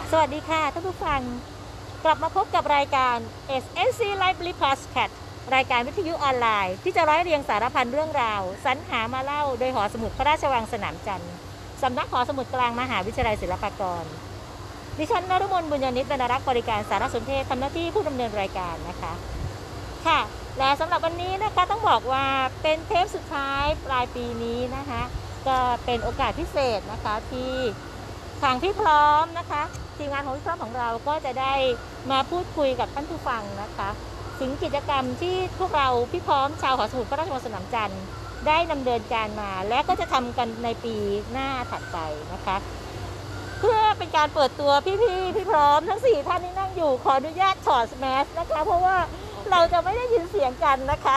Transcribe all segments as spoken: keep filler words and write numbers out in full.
สวัสดีค่ะท่านผู้ฟังกลับมาพบกับรายการ เอส เอส ซี Library Podcast รายการวิทยุออนไลน์ที่จะร้อยเรียงสารพันเรื่องราวสรรหามาเล่าโดยหอสมุดพระราชวังสนามจันทร์สำนักหอสมุดกลางมหาวิทยาลัยศิลปากรดิฉันนฤมลบุญญาณิตบรรณารักษ์บริการสารสนเทศทำหน้าที่ผู้ดำเนินรายการนะคะค่ะและสำหรับวันนี้นะคะต้องบอกว่าเป็นเทปสุดท้ายปลายปีนี้นะคะก็เป็นโอกาสพิเศษนะคะที่ทางพี่พร้อมนะคะทีมงานของพี่พร้อมของเราก็จะได้มาพูดคุยกับท่านผู้ฟังนะคะถึงกิจกรรมที่พวกเราพี่พร้อมชาวหอสมุดพระราชวังสนามจันทร์ได้ดำเนินการมาและก็จะทำกันในปีหน้าถัดไปนะคะเพื่อเป็นการเปิดตัวพี่ๆพี่พร้อมทั้งสี่ท่านที่นั่งอยู่ขออนุญาตถอดแมสนะคะเพราะว่าเราจะไม่ได้ยินเสียงกันนะคะ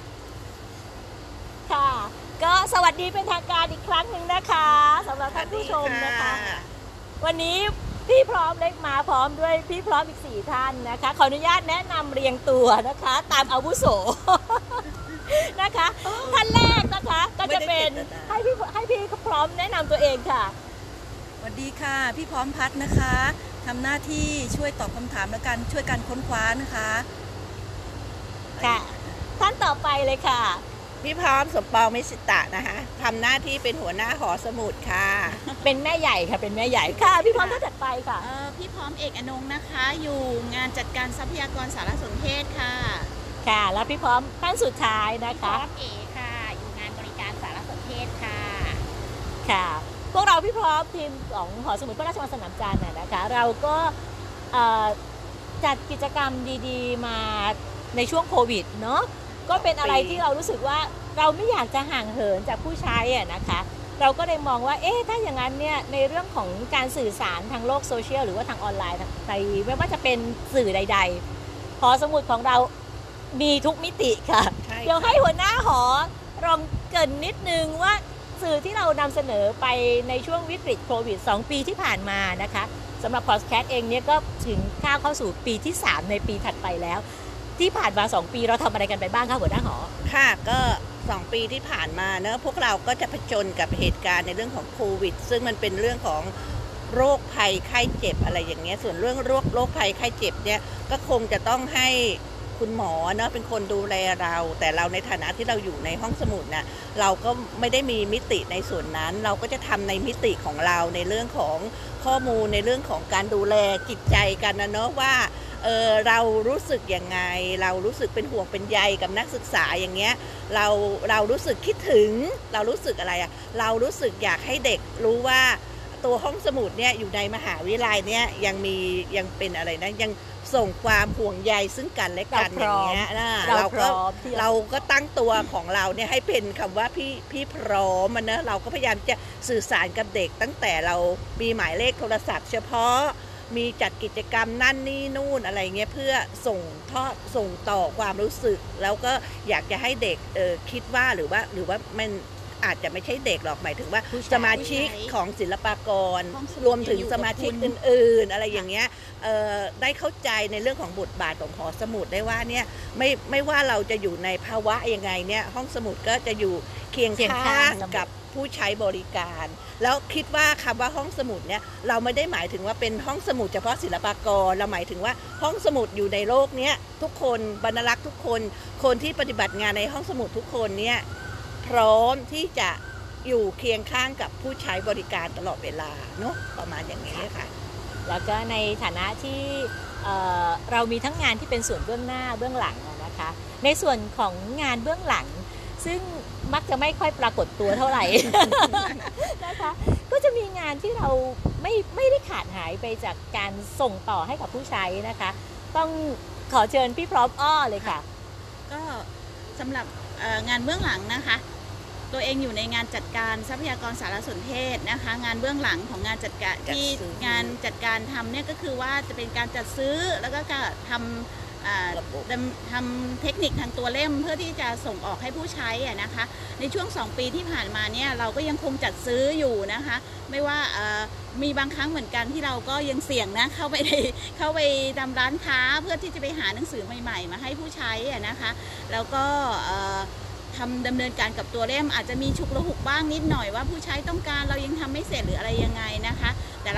ค่ะก็สวัสดีเป็นทางการอีกครั้งหนึ่งนะคะสำหรับท่านผู้ชมนะคะวันนี้พี่พร้อมเล็กมาพร้อมด้วยพี่พร้อมอีกสี่ท่านนะคะขออนุญาตแนะนำเรียงตัวนะคะตามอาวุโสนะคะท่านแรกนะคะก็จะเป็นให้พี่ให้พี่พร้อมแนะนำตัวเองค่ะสวัสดีค่ะพี่พร้อมพัฒนะคะทำหน้าที่ช่วยตอบคำถามและกันช่วยกันค้นคว้านะคะค่ะท่านต่อไปเลยค่ะพี่พร้อมสมปองมิสิตะนะคะทำหน้าที่เป็นหัวหน้าหอสมุดค่ะเป็นแม่ใหญ่ค่ะเป็นแม่ใหญ่ค่ะพี่พร้อมท่านถัดไปค่ะพี่พร้อมเอกอนงนะคะอยู่งานจัดการทรัพยากรสารสนเทศค่ะค่ะแล้วพี่พร้อมท่านสุดท้ายนะคะพี่พร้อมเอค่ะอยู่งานบริการสารสนเทศค่ะค่ะพวกเราพี่พร้อมทีมของหอสมุดพระราชวังสนามจันทร์นะคะเราก็จัดกิจกรรมดีๆมาในช่วงโควิดเนาะก็เป็นอะไรที่เรารู้สึกว่าเราไม่อยากจะห่างเหินจากผู้ใช้อ่ะนะคะเราก็เลยมองว่าเอ๊ะถ้าอย่างนั้นเนี่ยในเรื่องของการสื่อสารทางโลกโซเชียลหรือว่าทางออนไลน์ในไม่ว่าจะเป็นสื่อใดๆหอสมุดของเรามีทุกมิติค่ะเดี๋ยวให้หัวหน้าหอลองเกริ่นนิดนึงว่าสื่อที่เรานำเสนอไปในช่วงวิกฤตโควิดสองปีที่ผ่านมานะคะสำหรับพอดแคสต์เองเนี่ยก็ถึงข้าวเข้าสู่ปีที่สามในปีถัดไปแล้วที่ผ่านมาสองปีเราทำอะไรกันไปบ้างคะหัวหน้าหอค่ะก็สองปีที่ผ่านมาเนอะพวกเราก็จะผจญกับเหตุการณ์ในเรื่องของโควิดซึ่งมันเป็นเรื่องของโรคภัยไข้เจ็บอะไรอย่างเงี้ยส่วนเรื่องโรคโรคภัยไข้เจ็บเนี่ยก็คงจะต้องให้คุณหมอเนอะเป็นคนดูแลเราแต่เราในฐานะที่เราอยู่ในห้องสมุดน่ะเราก็ไม่ได้มีมิติในส่วนนั้นเราก็จะทำในมิติของเราในเรื่องของข้อมูลในเรื่องของการดูแลจิตใจกันนะเนอะว่าเออเรารู้สึกยังไงเรารู้สึกเป็นห่วงเป็นใยกับนักศึกษาอย่างเงี้ยเราเรารู้สึกคิดถึงเรารู้สึกอะไรอะเรารู้สึกอยากให้เด็กรู้ว่าตัวห้องสมุดเนี่ยอยู่ในมหาวิทยาลัยเนี่ยยังมียังเป็นอะไรนะยังส่งความห่วงใยซึ่งกันและกันอย่างเงี้ยนะเราก็เราก็ตั้งตัวของเราเนี่ยให้เป็นคำว่าพี่พี่พร้อมมันนะเราก็พยายามจะสื่อสารกับเด็กตั้งแต่เรามีหมายเลขโทรศัพท์เฉพาะมีจัดกิจกรรมนั่นนี่นู่นอะไรเงี้ยเพื่อส่งทอดส่งต่อความรู้สึกแล้วก็อยากจะให้เด็กเออคิดว่าหรือว่าหรือว่ามันอาจจะไม่ใช่เด็กหรอกหมายถึงว่าสมาชิกของศิลปากรรวมถึงสมาชิกอื่นๆอะไรอย่างเงี้ยได้เข้าใจในเรื่องของบทบาทของหอสมุดได้ว่าเนี่ยไม่ไม่ว่าเราจะอยู่ในภาวะยังไงเนี่ยห้องสมุดก็จะอยู่เคียงข้างกับผู้ใช้บริการแล้วคิดว่าคำว่าห้องสมุดเนี่ยเราไม่ได้หมายถึงว่าเป็นห้องสมุดเฉพาะศิลปากรเราหมายถึงว่าห้องสมุดอยู่ในโลกนี้ทุกคนบรรณารักษ์ทุกคนคนที่ปฏิบัติงานในห้องสมุดทุกคนเนี่ยพร้อมที่จะอยู่เคียงข้างกับผู้ใช้บริการตลอดเวลาเนาะประมาณอย่างนี้ค่ะแล้วก็ในฐานะที่เอ่อเรามีทั้งงานที่เป็นส่วนเบื้องหน้าเบื้องหลังนะคะในส่วนของงานเบื้องหลังซึ่งมักจะไม่ค่อยปรากฏตัวเท่าไหร่ นะคะก็จะมีงานที่เราไม่ไม่ได้ขาดหายไปจากการส่งต่อให้กับผู้ใช้นะคะต้องขอเชิญพี่พร้อมอ้อเลยค่ะก็สำหรับงานเบื้องหลังนะคะตัวเองอยู่ในงานจัดการทรัพยากรสารสนเทศนะคะงานเบื้องหลังของงานจัดการที่งานจัดการทำเนี่ยก็คือว่าจะเป็นการจัดซื้อแล้วก็การทำทำเทคนิคทางตัวเล่มเพื่อที่จะส่งออกให้ผู้ใช้นะคะในช่วงสองปีที่ผ่านมาเนี่ยเราก็ยังคงจัดซื้ออยู่นะคะไม่ว่ามีบางครั้งเหมือนกันที่เราก็ยังเสี่ยงนะเข้าไปในเข้าไปตามร้านค้าเพื่อที่จะไปหาหนังสือใหม่ๆมาให้ผู้ใช้นะคะแล้วก็ทำดำเนินการกับตัวเล่มอาจจะมีฉุกละหุกบ้างนิดหน่อยว่าผู้ใช้ต้องการเรายังทำไม่เสร็จหรืออะไรยังไงนะคะแต่เรา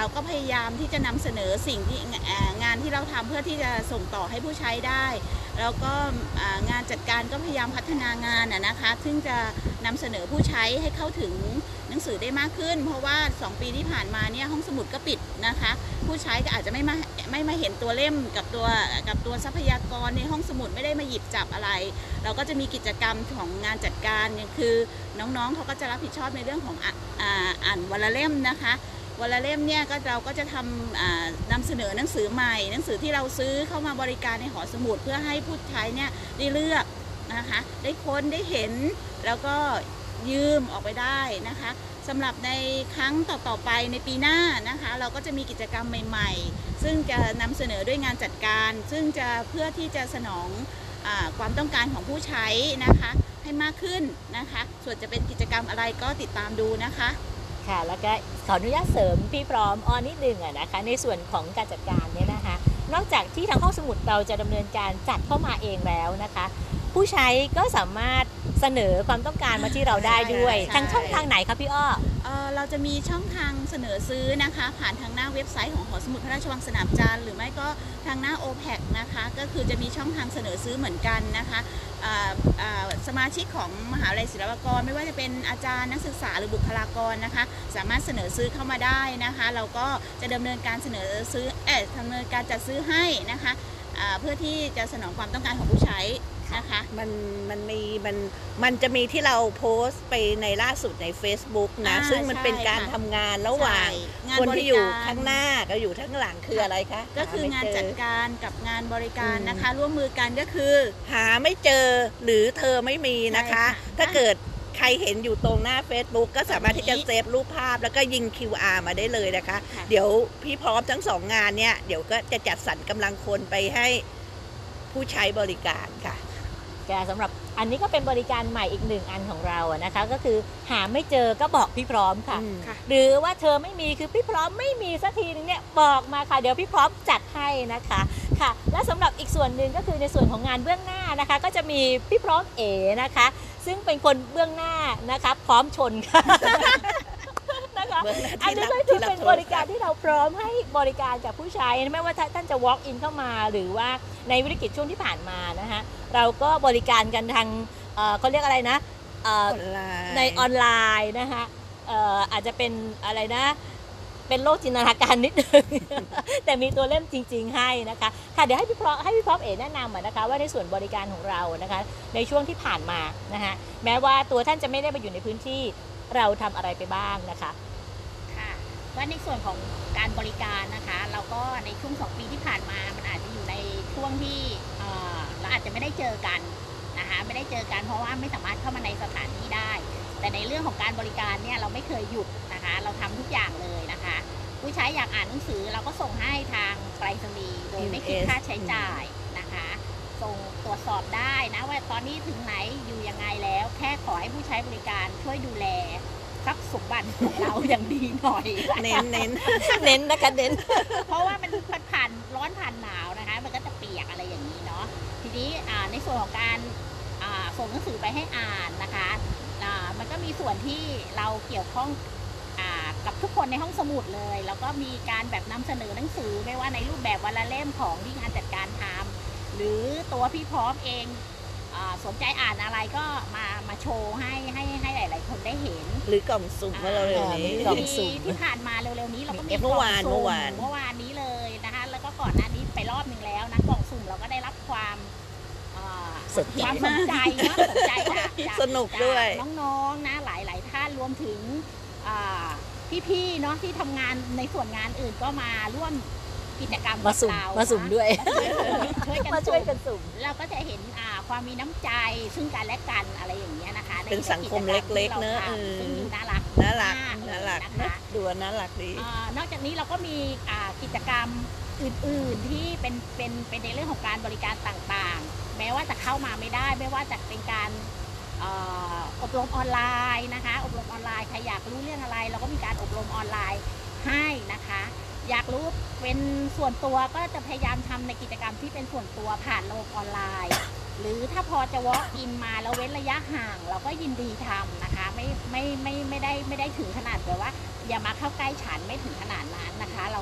เราก็พยายามที่จะนำเสนอสิ่งที่งานที่เราทำเพื่อที่จะส่งต่อให้ผู้ใช้ได้แล้วก็งานจัดการก็พยายามพัฒนางานนะคะซึ่งจะนำเสนอผู้ใช้ให้เข้าถึงหนังสือได้มากขึ้นเพราะว่าสองปีที่ผ่านมาเนี่ยห้องสมุดก็ปิดนะคะผู้ใช้ก็อาจจะไม่มาไม่มาเห็นตัวเล่มกับตัวกับตัวทรัพยากรในห้องสมุดไม่ได้มาหยิบจับอะไรเราก็จะมีกิจกรรมของงานจัดการเนี่ยคือน้องๆเขาก็จะรับผิดชอบในเรื่องของอ่านวันละเล่มนะคะวันละเล่มเนี่ยก็เราก็จะทำนำเสนอหนังสือใหม่หนังสือที่เราซื้อเข้ามาบริการในหอสมุดเพื่อให้ผู้ใช้เนี่ยได้เลือกนะคะได้ค้นได้เห็นแล้วก็ยืมออกไปได้นะคะสำหรับในครั้งต่อๆไปในปีหน้านะคะเราก็จะมีกิจกรรมใหม่ๆซึ่งจะนำเสนอด้วยงานจัดการซึ่งจะเพื่อที่จะสนองความต้องการของผู้ใช้นะคะให้มากขึ้นนะคะส่วนจะเป็นกิจกรรมอะไรก็ติดตามดูนะคะค่ะแล้วก็ขออนุญาตเสริมพี่พร้อมอ้อนิดนึงอะนะคะในส่วนของการจัดการเนี่ยนะคะนอกจากที่ทางห้องสมุดเราจะดำเนินการจัดเข้ามาเองแล้วนะคะผู้ใช้ก็สามารถเสนอความต้องการมาที่เราได้ด้วยทางช่องทางไหนคะพี่อ้อเอ่อเราจะมีช่องทางเสนอซื้อนะคะผ่านทางหน้าเว็บไซต์ของหอสมุดพระราชวังสนามจันทร์หรือไม่ก็ทางหน้า โอ แพค นะคะก็คือจะมีช่องทางเสนอซื้อเหมือนกันนะคะสมาชิกของมหาวิทยาลัยศิลปากรไม่ว่าจะเป็นอาจารย์นักศึกษาหรือบุคลากรนะคะสามารถเสนอซื้อเข้ามาได้นะคะเราก็จะดำเนินการเสนอซื้อเอ่อดำเนินการจัดซื้อให้นะคะเพื่อที่จะสนองความต้องการของผู้ใช้นะคะมันมันมีมันมันจะมีที่เราโพสต์ไปในล่าสุดใน Facebook นะซึ่งมันเป็นการทำงานระหว่างคนที่อยู่ข้างหน้ากับอยู่ข้างหลังคืออะไรคะก็คืองานจัดการกับงานบริการนะคะร่วมมือกันก็คือหาไม่เจอหรือเธอไม่มีนะคะถ้าเกิดใครเห็นอยู่ตรงหน้า Facebook ก็สามารถที่จะเซฟรูปภาพแล้วก็ยิง คิว อาร์ มาได้เลยนะคะเดี๋ยวพี่พร้อมทั้งสองงานเนี่ยเดี๋ยวก็จะจัดสรรกำลังคนไปให้ผู้ใช้บริการค่ะสำหรับอันนี้ก็เป็นบริการใหม่อีกหนึ่งอันของเราอะนะคะก็คือหาไม่เจอก็บอกพี่พร้อมค่ะหรือว่าเธอไม่มีคือพี่พร้อมไม่มีสักทีนึงเนี่ยบอกมาค่ะเดี๋ยวพี่พร้อมจัดให้นะคะค่ะและสำหรับอีกส่วนหนึ่งก็คือในส่วนของงานเบื้องหน้านะคะก็จะมีพี่พร้อมเอ๋นะคะซึ่งเป็นคนเบื้องหน้านะคะพร้อมชนค่ะนะคะอันนี้ก็คือเป็นบริการที่เราพร้อมให้บริการกับผู้ใช้ไม่ว่าท่านจะ walk in เข้ามาหรือว่าในวิกฤตช่วงที่ผ่านมานะคะเราก็บริการกันทางเขาเรียกอะไรนะในออนไลน์นะคะอาจจะเป็นอะไรนะเป็นโลกจินตนาการนิดนึง แต่มีตัวเล่มจริงๆให้นะคะค่ะเดี๋ยวให้พี่พร้อมให้พี่พร้อมเอ๋แนะนำนะคะว่าในส่วนบริการของเรานะคะในช่วงที่ผ่านมานะคะแม้ว่าตัวท่านจะไม่ได้มาอยู่ในพื้นที่เราทำอะไรไปบ้างนะคะค่ะว่าในส่วนของการบริการนะคะเราก็ในช่วงสองปีที่ผ่านมามันอาจจะอยู่ในช่วงที่เราอาจจะไม่ได้เจอกันนะคะไม่ได้เจอกันเพราะว่าไม่สามารถเข้ามาในสถานที่ได้แต่ในเรื่องของการบริการเนี่ยเราไม่เคยหยุดนะคะเราทำทุกอย่างเลยนะคะผู้ใช้อยากอ่านหนังสือเราก็ส่งให้ทางไปรษณีย์โดยไม่คิดค่าใช้จ่ายนะคะส่งตรวจสอบได้นะว่าตอนนี้ถึงไหนอยู่ยังไงแล้วแค่ขอให้ผู้ใช้บริการช่วยดูแลทรัพย์สมบัติของเราอย่างดีหน่อยเน้นเน้นเน้นนะคะเน้นเพราะว่ามันผ่านร้อนผ่านหนาวนะคะมันก็จะเปียกอะไรอย่างนี้เนาะทีนี้ในส่วนของการส่งหนังสือไปให้อ่านนะคะมันก็มีส่วนที่เราเกี่ยวข้องกับทุกคนในห้องสมุดเลยแล้วก็มีการแบบนำเสนอหนังสือไม่ว่าในรูปแบบวันละเล่มของที่งานจัดการทำหรือตัวพี่พร้อมเองสนใจอ่านอะไรก็มามาโชว์ให้ให้ให้หลายๆคนได้เห็นหรือกล่องสุ่มเมื่อเร็วนี้กล่องสุ่มที่ผ่านมาเร็วๆนี้เราก็มีเมื่อวานเมื่อวานเมื่อวานนี้เลยนะคะแล้วก็ก่อนหน้านี้ไปรอบนึงแล้วนะกล่องสุ่มเราก็ได้รับความความสนใจนะสนใจจากสนุกด้วยน้องๆนะหลายๆท่านรวมถึงพี่ๆเนาะที่ทำงานในส่วนงานอื่นก็มาร่วมกิจกรรมมาสุ่มมาสุ่มด้วยช่วยกันช่วยกันสุ่มเราก็จะเห็นความมีน้ำใจซึ่งกันและกันอะไรอย่างเงี้ยนะคะเป็นสังคมเล็กๆเนอะซึ่งดูน่ารักน่ารักน่ารักนะคะดูน่ารักดีนอกจากนี้เราก็มีกิจกรรมอื่นๆที่เป็นเป็นเป็นในเรื่องของการบริการต่างๆแม้ว่าจะเข้ามาไม่ได้ไม่ว่าจะเป็นการอบรมออนไลน์นะคะอบรมออนไลน์ใครอยากรู้เรื่องอะไรเราก็มีการอบรมออนไลน์ให้นะคะอยากรู้เป็นส่วนตัวก็จะพยายามทำในกิจกรรมที่เป็นส่วนตัวผ่านระบบออนไลน์หรือถ้าพอจะ walk in มาแล้วเว้นระยะห่างเราก็ยินดีทำนะคะไม่ไม่ไม่ไม่ได้ไม่ได้ถึงขนาดแบบว่าอย่ามาเข้าใกล้ฉันไม่ถึงขนาดนั้นนะคะ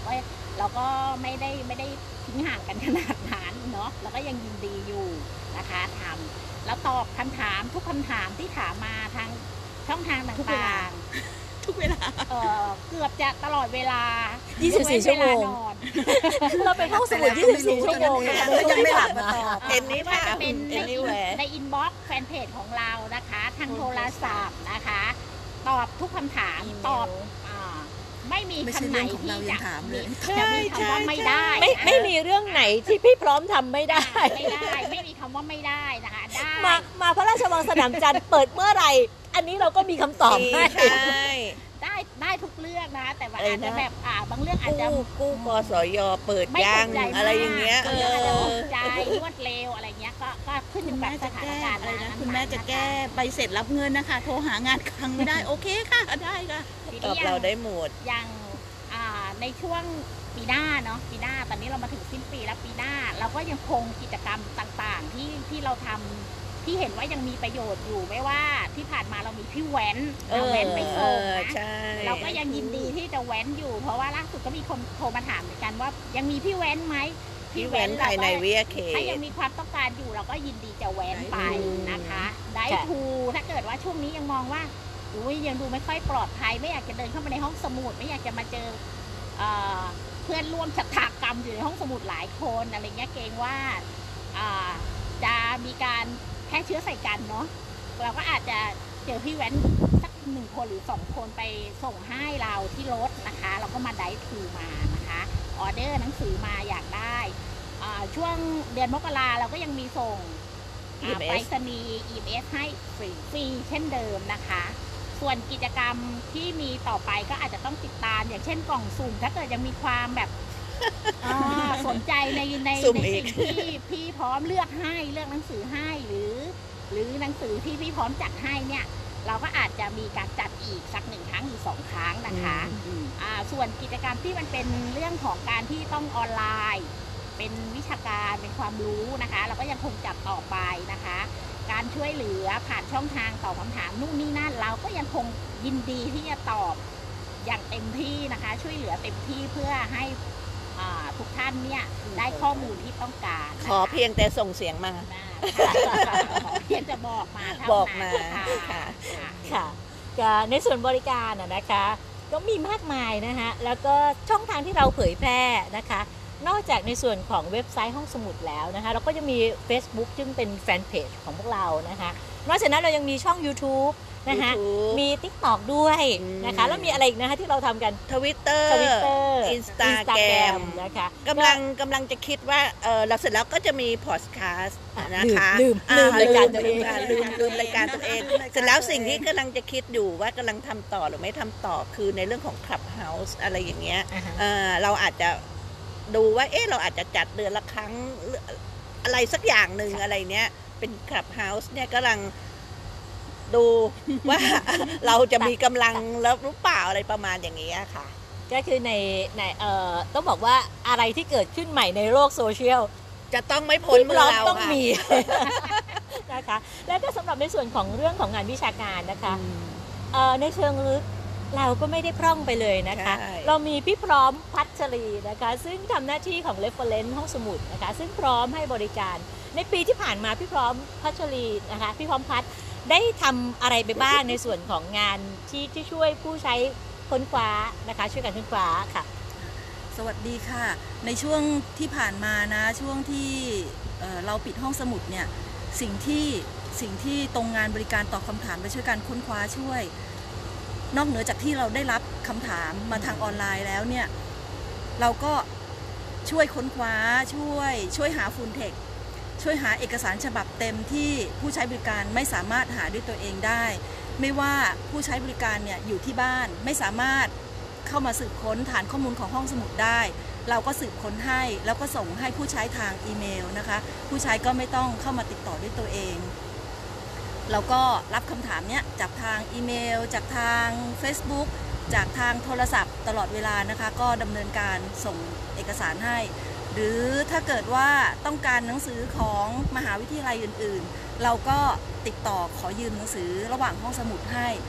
ก็เราก็ไม่ได้ไม่ได้ทิ้งห่างกันขนาดนั้นเนาะเราก็ยังยินดีอยู่นะคะทำแล้วตอบคำถามทุกคำถามที่ถามมาทางช่องทางต่างๆทุกเวลาเออเกือบจะตลอดเวลายี่สิบสี่ชั่วโมงยกเนเานอนเราเป็นห้องสมุดยี่สิบสี่ชั่วโมงก็ยังไม่หลับมาตอบเอ็นนี้ไม่ว่าจะเป็นใน anywhere ในอินบ็อกซ์แฟนเพจของเรานะคะทางโทรศัพท์นะคะ ตอบทุกคำถามตอบอ่าไม่มีไม่ใช่คำไหนเรื่องของที่เรายัจะงถามเลยจะมีคำว่าไม่ได้ไม่ไม่มีเรื่องไหนที่พี่พร้อมทำไม่ได้ไม่ได้ไม่มีคำว่าไม่ได้นะคะได้มามาพระราชวังสนามจันทร์เปิดเมื่อไหร่ อันนี้เราก็มีคำตอบให้ใช่ได้ได้ทุกเรื่องนะคะแต่ว่าอะไรอาจนะจะแบบอ่าบางเรื่องอาจจะกู้กู้กสยเปิดไม่ยัถูงกใจมากอะไรอย่างเงี้ยเอเอออาจจะอถูกใจรวดเร็วอะไรเงี้ยก็ก็ขึ้นอคุยู่ณกัแม่บสจะถานแก้การณ์อะไรนะนั้นๆคุณแม่จะแก้ใบเสร็จรับเงินนะคะ โทรหางานครั้งไม่ได้ โอเคค่ะได้ค่ะทีตอบนี้เราอย่างได้หมดอย่างอ่าในช่วงปีหน้าเนาะปีหน้าตอนนี้เรามาถึงสิ้นปีแล้วปีหน้า เราก็ยังคงกิจกรรมต่างๆ ที่ที่เราทำที่เห็นว่ายังมีประโยชน์อยู่ไม่ว่าที่ผ่านมาเรามีพี่แว้นเออแว้นไปเอส่งอนะใช่เราก็ยังยินดีที่จะแว้นอยู่ เพราะว่าล่าสุดก็มีคนโทรมาถามเหมือนกันว่ายังมีพี่แว้นไหมพี่แว้นภายในวิทยาเขถ้าตยังมีความต้องการอยู่เราก็ยินดีจะแว้นไปนะคะได้ค่ะทูถ้าเกิดว่าช่วงนี้ยังมองว่าอุ้ยยังดูไม่ค่อยปลอดภัยไม่อยากจะเดินเข้ามาในห้องสมุดไม่อยากจะมาเจอเอ่อเพื่อนร่วมชะตากรรมอยู่ในห้องสมุดหลายคนอะไรเงี้ยเกรงว่าอ่าจะมีการแพร่เชื้อใส่กันเนาะเราก็อาจจะเจอพี่แว้นสักหนึ่งคนหรือสองคนไปส่งให้เราที่รถนะคะ เราก็มาได้ทูมานะคะออเดอร์หนังสือมาอยากได้อ่าช่วงเดือนมกราเราก็ยังมีส่งอ่าอี เอ็ม เอสไปรษณีย์ อี เอ็ม เอส ให้ฟรีฟรีเช่นเดิมนะคะ ส่วนกิจกรรมที่มีต่อไปก็อาจจะต้องติดตามอย่างเช่นกล่องสุ่มถ้าเกิดยังมีความแบบ อ่าสนใจในในสุ่มในอีสิ่กงที่พี่พร้อมเลือกให้เลือกหนังสือให้หรือ หรือหนังสือที่พี่พร้อมจัดให้เนี่ย เราก็อาจจะมีการจัดอีกสักหนึ่งครั้งหรือสองครั้งนะคะอ่าส่วนกิจกรรมที่มันเป็นเรื่องของการที่ต้องออนไลน์ เป็นวิชาการเป็นความรู้นะคะ เราก็ยังคงจัดต่อไปนะคะ การช่วยเหลือผ่านช่องทางตอบคำถามนู่นนี่นั่นเราก็ยังคงยินดีที่จะตอบอย่างเต็มที่นะคะ ช่วยเหลือเต็มที่เพื่อให้อ่าทุกท่านเนี่ยได้ข้อมูลที่ต้องการนะคะขอเพียงแต่ส่งเสียงมาขอเพียงจะบอกมาเท่าบอกนั้มานค่ะค่ะค่ะค่ะก็ในส่วนบริการอะนะคะ ก็มีมากมายนะคะแล้วก็ช่องทางที่เราเผยแพร่นะคะ นอกจากในส่วนของเว็บไซต์ห้องสมุดแล้วนะคะเราก็จะมี Facebook ซึ่งเป็นแฟนเพจของพวกเรานะคะนอกจากนั้นเรายังมีช่อง YouTube นะคะ YouTube มี TikTok ด้วยอืมนะคะแล้วมีอะไรอีกนะคะที่เราทำกันทวิตเตอร์ Twitter อินสตาแกรม Instagram นะคะกำลังกำลังจะคิดว่าเออเราเสร็จแล้วก็จะมีพอดแคสต์นะคะลืมอ่ลืมรายการตัวเองลืมลืมลืมรายการตัวเอง เสร็จแล้วสิ่งที่กำลังจะคิดอยู่ว่ากำลังทำต่อหรือไม่ทำต่อคือในเรื่องของ Clubhouse อะไรอย่างเงี้ยอ่าฮะเอ่อเราอาจจะดูว่าเอ๊ะเราอาจจะจัดเดือนละครั้งหรืออะไรสักอย่างหนึ่งอะไรเนี้ยเป็น Clubhouse เนี่ยกำลังดูว่า เราจะมีกำลังแล้วหรือเปล่าอะไรประมาณอย่างนี้ยค่ะก็คือในในเอ่อต้องบอกว่าอะไรที่เกิดขึ้นใหม่ในโลกโซเชียลจะต้องไม่พ้นที่มืพร้ออมเราต้องค่ะมี นะคะแล้วก็สำหรับในส่วนของเรื่องของงานวิชาการนะคะเอ่อในเชิงลึกเราก็ไม่ได้พร่องไปเลยนะคะใช่เรามีพี่พร้อมพัชรีนะคะ ซึ่งทำหน้าที่ของ reference ห้องสมุดนะคะ ซึ่งพร้อมให้บริการ ในปีที่ผ่านมาพี่พร้อมพัชรีนะคะพี่พร้อมพัฒได้ทำอะไรไปบ้างในส่วนของงานที่ที่ช่วยผู้ใช้ค้นคว้านะคะช่วยกันค้นคว้าค่ะสวัสดีค่ะ ในช่วงที่ผ่านมานะช่วงที่เอ่อเราปิดห้องสมุดเนี่ยสิ่งที่สิ่งที่ตรงงานบริการตอบคำถามและช่วยการค้นคว้าช่วย นอกเหนือจากที่เราได้รับคำถามมาทางออนไลน์แล้วเนี่ยเราก็ช่วยค้นคว้าช่วยช่วยหาฟูลเทคช่วยหาเอกสารฉบับเต็มที่ผู้ใช้บริการไม่สามารถหาด้วยตัวเองได้ ไม่ว่าผู้ใช้บริการเนี่ยอยู่ที่บ้านไม่สามารถเข้ามาสืบค้นฐานข้อมูลของห้องสมุดได้ เราก็สืบค้นให้แล้วก็ส่งให้ผู้ใช้ทางอีเมลนะคะผู้ใช้ก็ไม่ต้องเข้ามาติดต่อด้วยตัวเองเราก็รับคำถามเนี้ยจากทางอีเมลจากทาง Facebook จากทางโทรศัพท์ตลอดเวลานะคะก็ดำเนินการส่งเอกสารให้หรือถ้าเกิดว่าต้องการหนังสือของมหาวิทยาลัยอื่นๆเราก็ติดต่อขอยืมหนังสือระหว่างห้องสมุดให้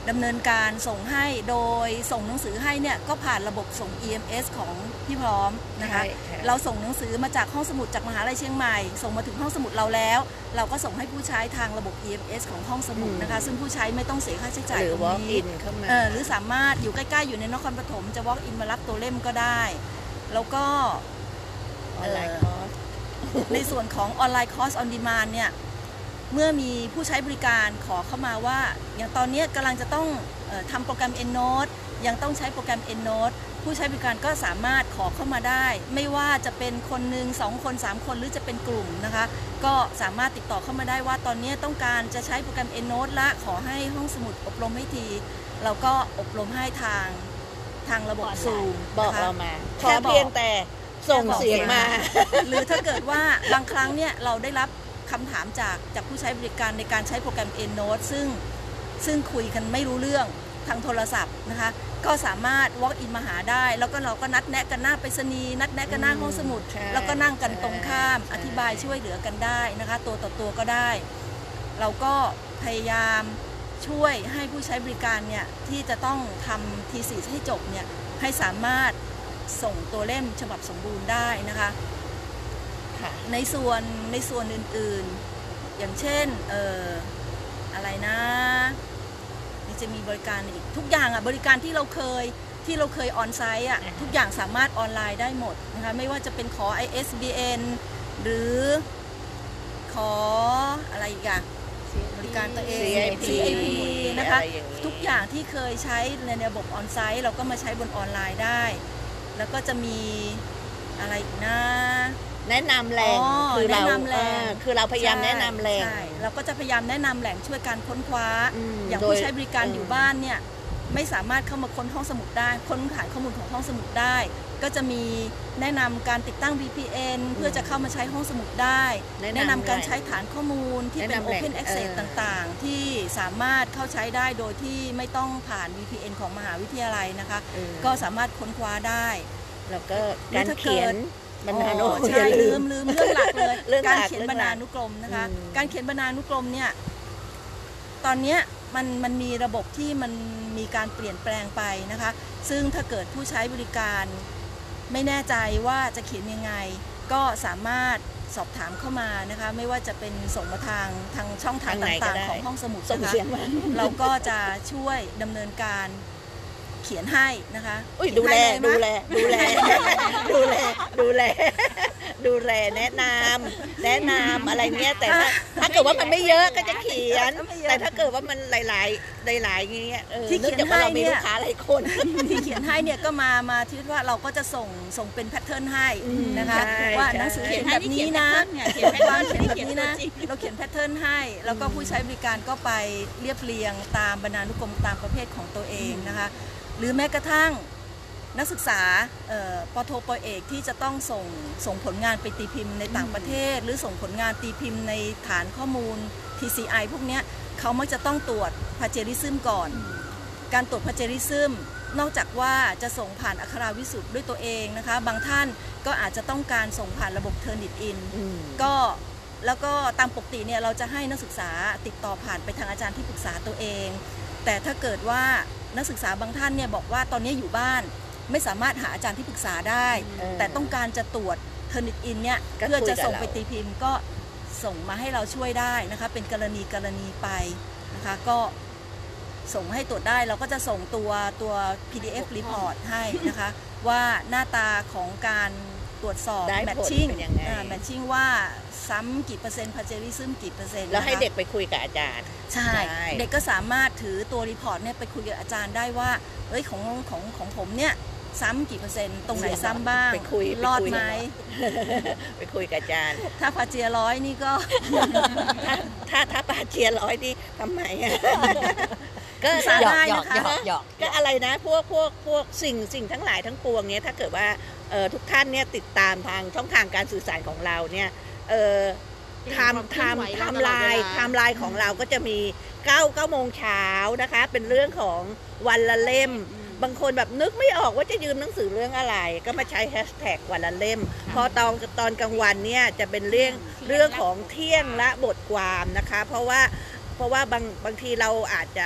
ดำเนินการส่งให้โดยส่งหนังสือให้เนี่ยก็ผ่านระบบส่ง อี เอ็ม เอส ของพี่พร้อมนะคะเราส่งหนังสือมาจากห้องสมุดจากมหาลัยเชียงใหม่ส่งมาถึงห้องสมุดเราแล้วเราก็ส่งให้ผู้ใช้ทางระบบ อี เอ็ม เอส ของห้องสมุดนะคะซึ่งผู้ใช้ไม่ต้องเสียค่าใช้จ่ายหรือตรง walk นี้ in เข้ามาเออหรือสามารถอยู่ใกล้ๆอยู่ในนครปฐมจะ walk in มารับตัวเล่มก็ได้แล้วก็ออนไลน์คอร์สในส่วนของออนไลน์คอร์สออนดีมานเนี่ยเมื่อมีผู้ใช้บริการขอเข้ามาว่าอย่างตอนนี้กำลังจะต้องเอ่อทำโปรแกรม EndNote ยังต้องใช้โปรแกรม EndNote ผู้ใช้บริการก็สามารถขอเข้ามาได้ไม่ว่าจะเป็นคนหนึ่งสองคนสามคนหรือจะเป็นกลุ่มนะคะก็สามารถติดต่อเข้ามาได้ว่าตอนนี้ต้องการจะใช้โปรแกรม EndNote และขอให้ห้องสมุดอบรมให้ทีเราก็อบรมให้ทางทางระบบซูมบอกนะคะเรามาขแค่อบอกเพียงแต่ส่งเสียงมาหรือถ้าเกิดว่าบางครั้งเนี่ยเราได้รับคำถามจากจากผู้ใช้บริการในการใช้โปรแกรม EndNote ซึ่งซึ่งคุยกันไม่รู้เรื่องทางโทรศัพท์นะคะก็สามารถ walk in มาหาได้แล้วก็เราก็นัดแนะกันหน้าไปรษณีย์นัดแนะกันหน้าห้องสมุดใช่แล้วก็นั่งกันตรงข้ามใช่อธิบายช่วยเหลือกันได้นะคะตัวต่อตัวก็ได้ เราก็พยายามช่วยให้ผู้ใช้บริการเนี่ยที่จะต้องทำทีซีให้จบเนี่ยให้สามารถส่งตัวเล่มฉบับสมบูรณ์ได้นะคะในส่วนในส่วนอื่นๆอย่างเช่นเอ่ออะไรนะนี่จะมีบริการอีกทุกอย่างอ่ะบริการที่เราเคยที่เราเคยออนไซต์อ่ะทุกอย่างสามารถออนไลน์ได้หมดนะคะไม่ว่าจะเป็นขอ ไอ เอส บี เอ็น หรือขออะไรอีกอ่ะบริการตัวเองซี ไอ พีซี ไอ พี นะคะอะไรอย่างนี้ทุกอย่างที่เคยใช้ในระบบออนไซต์เราก็มาใช้บนออนไลน์ได้แล้วก็จะมีอะไรอีกนะแนะนำแหล่งอ๋อคือเราแนะนำแหล่งเออคือเราพยายามแนะนำแหล่งใช่เราก็จะพยายามแนะนำแหล่งช่วยการค้นคว้าอืมอย่างโดยผู้ใช้บริการอืมอยู่บ้านเนี่ยไม่สามารถเข้ามาค้นห้องสมุดได้ค้นฐานข้อมูลของห้องสมุดได้ ก็จะมีแนะนำการติดตั้ง วี พี เอ็น เพื่อจะเข้ามาใช้ห้องสมุดได้ แนะนำการใช้ฐานข้อมูลที่เป็นแนะนำแหล่ง Open Access เออต่างๆ ที่สามารถเข้าใช้ได้โดยที่ไม่ต้องผ่าน วี พี เอ็น ของมหาวิทยาลัยนะคะเออก็สามารถค้นคว้าได้แล้วก็หรือการถ้าเกิดเขียนบรรณานุอ๋ออย่าใช่ลืลืมมลืมเรื่องหลักเลยเรื่องหลัการกเขียนเรื่บอรง รหลัณาก นุกรมนะคะอืมการเขียนบรรณานุกรมเนี่ยตอนเนี้ยมันมันมีระบบที่มันมีการเปลี่ยนแปลงไปนะคะซึ่งถ้าเกิดผู้ใช้บริการไม่แน่ใจว่าจะเขียนยังไงก็สามารถสอบถามเข้ามานะคะไม่ว่าจะเป็นส่งมาทางทางช่องทางทางไหนก็ต่างได้ๆของห้องสมุดส่งนะคะเสียงมาเราก็จะช่วยดำเนินการเขียนให้นะคะอุ้ยเขีดูนแลให้เยดูมั้ยแลดูแลดูแลดูแลดูแลแนะนำแนะนำอะไรเงี้ยแต่ถ้าถ้าเกิดว่ามันไม่เยอะก็จะเขียน แต่ถ้าเกิดว่ามันหลายๆหลายๆเงี้ยเออที่เขียนนื่องจากว่าเราให้มีเนี่ยลูกค้าหลายคนที่เขียนให้เนี่ยก็มามาที่ว่าเราก็จะส่งส่งเป็นแพทเทิร์นให้นะคะใช่ว่าใช่หนังสือเขียนแบบนี้นะเขียนแพทเทิร์นวางเนี่ยเขียนเขีแบยนบแพทนี้เทิร์นนะเราเขียนแพทเทิร์นให้แล้วก็ผู้ใช้บริการก็ไปเรียบเรียงตามบรรณานุกรมตามประเภทของตัวเองนะคะหรือแม้กระทั่งนักศึกษาเอ่อปโทปเอกที่จะต้องส่งส่งผลงานไปตีพิมพ์ในต่างประเทศ หรือส่งผลงานตีพิมพ์ในฐานข้อมูล ที ซี ไอ พวกเนี้ยเขามักจะต้องตรวจพาเจริซึมก่อน การตรวจพาเจริซึมนอกจากว่าจะส่งผ่านอัคราวิสุทธ์ด้วยตัวเองนะคะบางท่านก็อาจจะต้องการส่งผ่านระบบ Turnitin ก็แล้วก็ตามปกติเนี่ยเราจะให้นักศึกษาติดต่อผ่านไปทางอาจารย์ที่ปรึกษาตัวเองแต่ถ้าเกิดว่านักศึกษาบางท่านเนี่ยบอกว่าตอนนี้อยู่บ้านไม่สามารถหาอาจารย์ที่ปรึกษาได้เออแต่ต้องการจะตรวจ Turnitin เนี่ยก็เพื่อจะส่งคุยกับเราไปตีพิมพ์ก็ส่งมาให้เราช่วยได้นะคะเป็นกรณีกรณีไปนะคะก็ส่งให้ตรวจได้เราก็จะส่งตัวตัว พี ดี เอฟ report ให้นะคะว่าหน้าตาของการตรวจสอบได้ผล matching เป็นยังไงอ่า matching ว่าซ้ำกี่เปอร์เซ็นต์ plagiarism กี่เปอร์เซ็นต์แล้วให้นะคะเด็กไปคุยกับอาจารย์ใช่ใช่เด็กก็สามารถถือตัวรีพอร์ตเนี่ยไปคุยกับอาจารย์ได้ว่าเอ้ยของของของผมเนี่ยซ้ำกี่เปอร์เซ็นต์ตรงไหนซ้ำบ้างไปคุยรอดไปคุยไหมไปคุยกับอาจารย์ถ้าพาเจียร้อยนี่ก็ถ้าถ้าถ้าปาเชียร์ร้อยนี่ทำไมอ่ะ ก็สาหยอกได้หยอกนะคะหยอกหยอกก็อะไรนะพวกพวกพวกสิ่งสิ่งทั้งหลายทั้งปวงเนี้ยถ้าเกิดว่าเอ่อทุกท่านเนี่ยติดตามทางช่องทางการสื่อสารของเราเนี่ยเอ่อไทม์ไทม์ไทม์ไลน์ไทม์ไลน์ของเราก็จะมีเก้าเก้าโมงเช้านะคะเป็นเรื่องของวันละเล่ม บางคนแบบนึกไม่ออกว่าจะยืมหนังสือเรื่องอะไรก็มาใช้แฮชแท็กวันละเล่มพอตอนตอนกลางวันเนี่ยจะเป็นเรื่องเรื่องของเที่ยงละบทความนะคะเพราะว่าเพราะว่าบางบางทีเราอาจจะ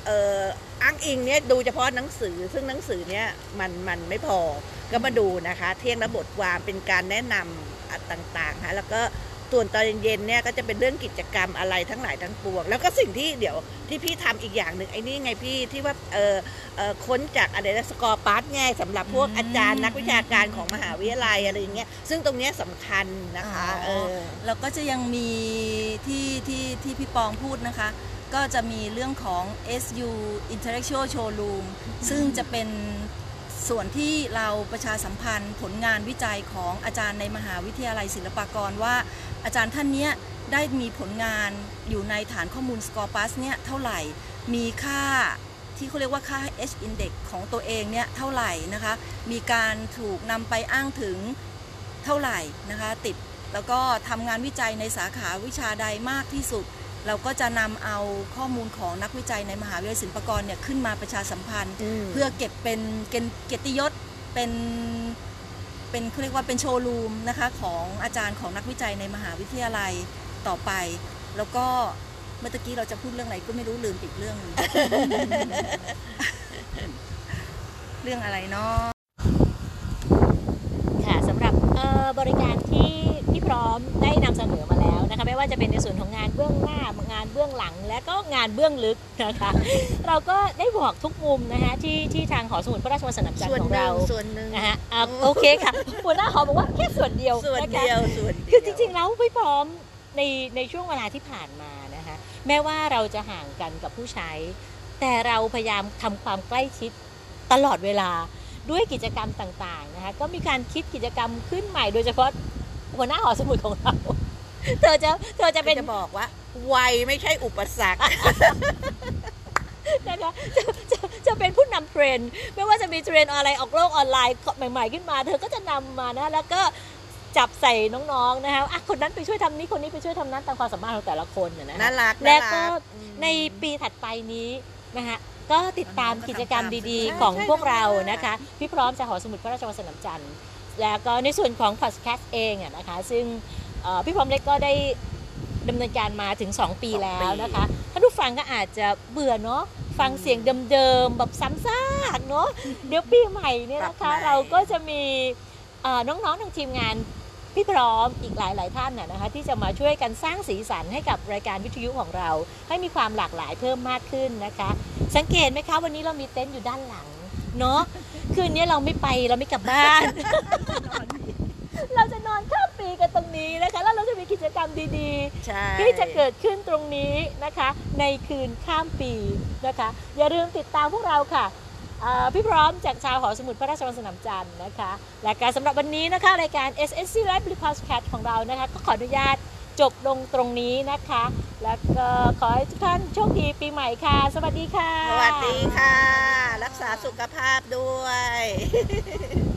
เอ่ออ้างอิงเนี่ยดูเฉพาะหนังสือซึ่งหนังสือเนี่ยมันมันไม่พอก็มาดูนะคะเที่ยงและบทความเป็นการแนะนำต่างๆฮะแล้วก็ส่วนตอนเย็นๆเนี่ยก็จะเป็นเรื่องกิจกรรมอะไรทั้งหลายทั้งปวงแล้วก็สิ่งที่เดี๋ยวที่พี่ทำอีกอย่างหนึ่งไอ้นี่ไงพี่ที่ว่าเออเออค้นจากอะไรนะสกอร์พาร์ทไงสำหรับพวกอาจารย์นักวิชาการของมหาวิทยาลัยอะไรอย่างเงี้ยซึ่งตรงเนี้ยสำคัญนะคะเออแล้วก็จะยังมีที่ที่ที่พี่ปองพูดนะคะก็จะมีเรื่องของ เอส ยู Intellectual Showroom ซึ่งจะเป็นส่วนที่เราประชาสัมพันธ์ผลงานวิจัยของอาจารย์ในมหาวิทยาลัยศิลปากรว่าอาจารย์ท่านนี้ได้มีผลงานอยู่ในฐานข้อมูล Scopus เนี่ยเท่าไหร่มีค่าที่เขาเรียกว่าค่า H index ของตัวเองเนี่ยเท่าไหร่นะคะมีการถูกนำไปอ้างถึงเท่าไหร่นะคะติดแล้วก็ทำงานวิจัยในสาขาวิชาใดมากที่สุดเราก็จะนำเอาข้อมูลของนักวิจัยในมหาวิทยาลัยศิลปากรเนี่ยขึ้นมาประชาสัมพันธ์เพื่อเก็บเป็นเกียรติยศเป็นเป็นเขาเรียกว่าเป็นโชว์รูมนะคะของอาจารย์ของนักวิจัยในมหาวิทยาลัยต่อไปแล้วก็เมื่อกี้เราจะพูดเรื่องอะไรก็ไม่รู้ลืมอีกเรื่อง เรื่องอะไรเนาะค่ะสำหรับบริการที่พี่พร้อมได้นำเสนอมาแล้วนะคะไม่ว่าจะเป็นในส่วนของงานเบื้องหน้างานเบื้องหลังและก็งานเบื้องลึกนะคะ เราก็ได้บอกทุกมุมนะคะที่ที่ทางหอสมุดพระราชวังสนามจันทร์ของเราส่วนหนึ่งนะคะโอเคค่ะหัวหน้าหอบอกว่าแค่ส่วนเดียวส่วนเดียวส่วนเดียวคือจริงๆแล้วพี่พร้อมในในช่วงเวลาที่ผ่านมานะคะแม้ว่าเราจะห่างกันกับผู้ใช้แต่เราพยายามทำความใกล้ชิดตลอดเวลาด้วยกิจกรรมต่างๆนะคะก็มีการคิดกิจกรรมขึ้นใหม่โดยเฉพาะหัวหน้าหอสมุดของเราเธอจะเธอจะเป็นจะบอกว่าวัยไม่ใช่อุปสรรคนะคะจะจะจะเป็นผู้นำเทรนด์ไม่ว่าจะมีเทรนด์อะไรออกโลกออนไลน์ใหม่ๆขึ้นมาเธอก็จะนำมานะแล้วก็จับใส่น้องๆนะคะอ่ะคนนั้นไปช่วยทำนี้คนนี้ไปช่วยทำนั้นตามความสามารถของแต่ละคนนะน่ารักและก็ในปีถัดไปนี้นะคะก็ติดตามกิจกรรมดีๆของพวกเรานะคะพี่พร้อมจากหอสมุดพระราชวังสนามจันทร์แล้วก็ในส่วนของพอดแคสต์เองอ่ะนะคะซึ่งพี่พร้อมเล็กก็ได้ดำเนินการมาถึงสองปีแล้วนะคะถ้าทุกฟังก็อาจจะเบื่อเนาะฟังเสียงเดิมๆแบบซ้ำซากเนาะเดี๋ยวปีใหม่เนี่ยนะคะเราก็จะมีน้องๆทางทีมงานพี่พร้อมอีกหลายๆท่านนะคะที่จะมาช่วยกันสร้างสีสันให้กับรายการวิทยุของเราให้มีความหลากหลายเพิ่มมากขึ้นนะคะสังเกตไหมคะวันนี้เรามีเต็นท์อยู่ด้านหลังเนาะคืนนี้เราไม่ไปเราไม่กลับบ้าน เราจะนอนข้ามปีกันตรงนี้นะคะแล้วเราจะมีกิจกรรมดีๆที่จะเกิดขึ้นตรงนี้นะคะในคืนข้ามปีนะคะอย่าลืมติดตามพวกเราค่ะพี่พร้อมจากชาวหอสมุดพระราชวังสนามจันทร์นะคะและการสำหรับวันนี้นะคะรายการ เอส เอส ซี Library Podcast ของเรานะคะก็ขออนุญาตจบลงตรงนี้นะคะแล้วก็ขอให้ทุกท่านโชคดีปีใหม่ค่ะสวัสดีค่ะสวัสดีค่ะรักษาสุขภาพด้วย